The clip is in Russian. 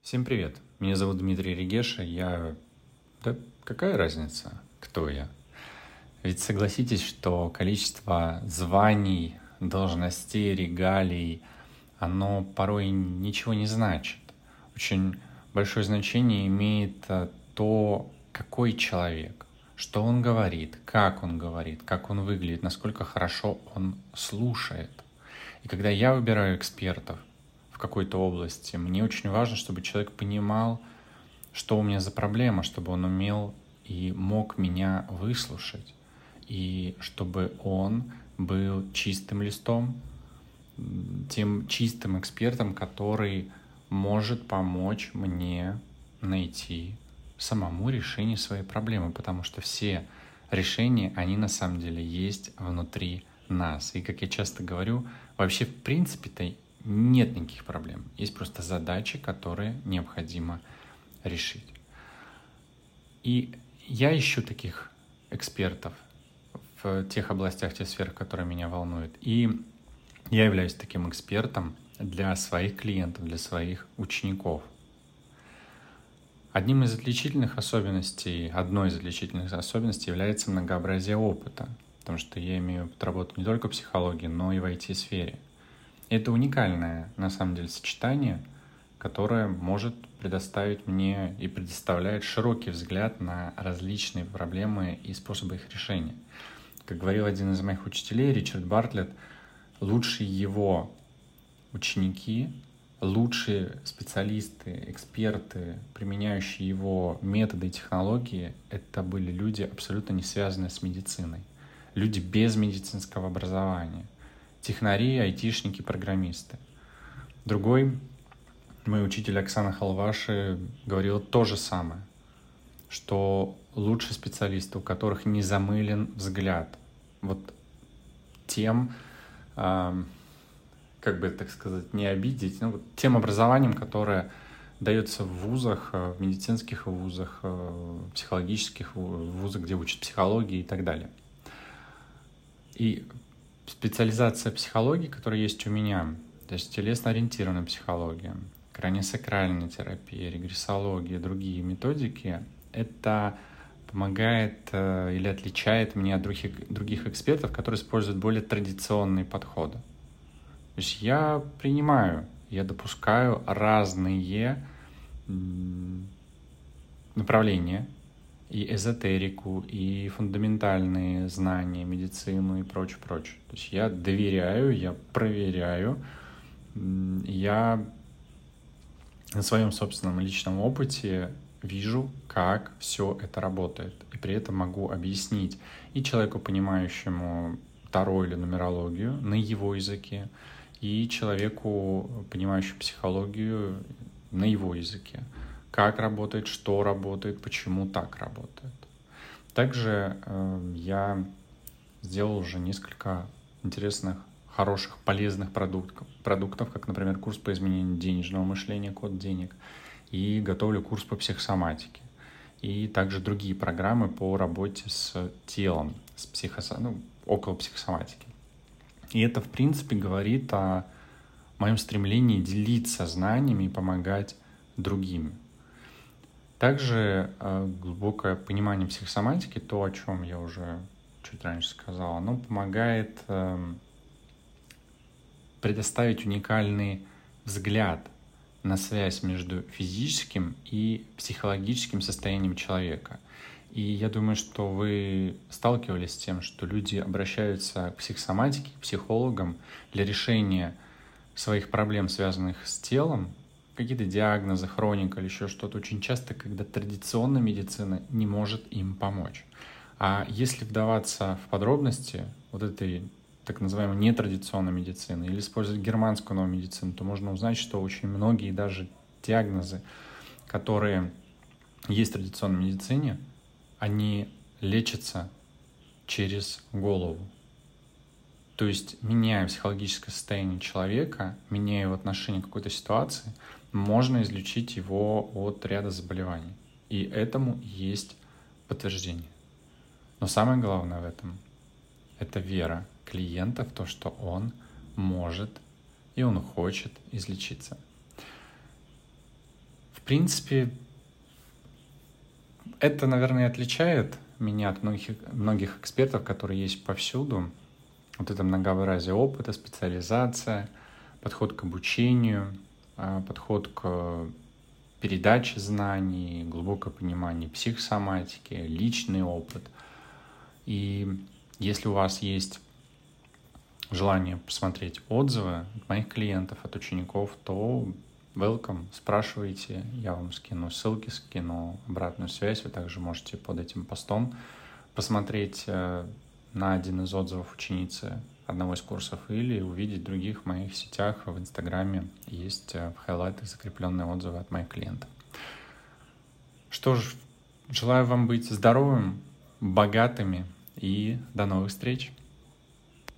Всем привет! Меня зовут Дмитрий Регеша. Да какая разница, кто я? Ведь согласитесь, что количество званий, должностей, регалий, оно порой ничего не значит. Очень большое значение имеет то, какой человек, что он говорит, как он выглядит, насколько хорошо он слушает. И когда я выбираю экспертов в какой-то области, мне очень важно, чтобы человек понимал, что у меня за проблема, чтобы он умел и мог меня выслушать, и чтобы он был чистым листом, тем чистым экспертом, который может помочь мне найти самому решение своей проблемы, потому что все решения, они на самом деле есть внутри нас. И, как я часто говорю, вообще в принципе-то нет никаких проблем. Есть просто задачи, которые необходимо решить. И я ищу таких экспертов в тех областях, тех сферах, которые меня волнуют. И я являюсь таким экспертом для своих клиентов, для своих учеников. Одной из отличительных особенностей является многообразие опыта, потому что я имею опыт работы не только в психологии, но и в IT-сфере. Это уникальное, на самом деле, сочетание, которое может предоставить мне и предоставляет широкий взгляд на различные проблемы и способы их решения. Как говорил один из моих учителей, Ричард Бартлетт, лучшие его ученики, лучшие специалисты, эксперты, применяющие его методы и технологии, это были люди, абсолютно не связанные с медициной. Люди без медицинского образования. Технари, айтишники, программисты. Другой мой учитель Оксана Халваши говорила то же самое, что лучшие специалисты, у которых не замылен взгляд, вот тем, как бы так сказать, не обидеть, вот тем образованием, которое дается в вузах, в медицинских вузах, в психологических вузах, где учат психологии и так далее. И специализация психологии, которая есть у меня, то есть телесно-ориентированная психология, краниосакральная терапия, регрессология, другие методики, это помогает или отличает меня от других экспертов, которые используют более традиционные подходы. То есть я допускаю разные направления, и эзотерику, и фундаментальные знания, медицину и прочее. То есть я доверяю, я проверяю, я на своем собственном личном опыте вижу, как все это работает. И при этом могу объяснить и человеку, понимающему таро или нумерологию, на его языке, и человеку, понимающему психологию, на его языке. Как работает, что работает, почему так работает. Также я сделал уже несколько интересных, хороших, полезных продуктов, как, например, курс по изменению денежного мышления, код денег, и готовлю курс по психосоматике. И также другие программы по работе с телом, около психосоматики. И это, в принципе, говорит о моем стремлении делиться знаниями и помогать другим. Также глубокое понимание психосоматики, то, о чем я уже чуть раньше сказал, оно помогает предоставить уникальный взгляд на связь между физическим и психологическим состоянием человека. И я думаю, что вы сталкивались с тем, что люди обращаются к психосоматике, к психологам для решения своих проблем, связанных с телом, какие-то диагнозы, хроника или еще что-то, очень часто, когда традиционная медицина не может им помочь. А если вдаваться в подробности вот этой так называемой нетрадиционной медицины или использовать германскую новую медицину, то можно узнать, что очень многие даже диагнозы, которые есть в традиционной медицине, они лечатся через голову. То есть, меняя психологическое состояние человека, меняя его отношение к какой-то ситуации, можно излечить его от ряда заболеваний. И этому есть подтверждение. Но самое главное в этом – это вера клиента в то, что он может и он хочет излечиться. В принципе, это, наверное, отличает меня от многих экспертов, которые есть повсюду. Вот это многообразие опыта, специализация, подход к обучению, подход к передаче знаний, глубокое понимание психосоматики, личный опыт. И если у вас есть желание посмотреть отзывы от моих клиентов, от учеников, то welcome, спрашивайте, я вам скину ссылки, скину обратную связь. Вы также можете под этим постом посмотреть на один из отзывов ученицы одного из курсов или увидеть в других моих сетях, в Инстаграме есть в хайлайтах закрепленные отзывы от моих клиентов. Что ж, желаю вам быть здоровым, богатыми и до новых встреч!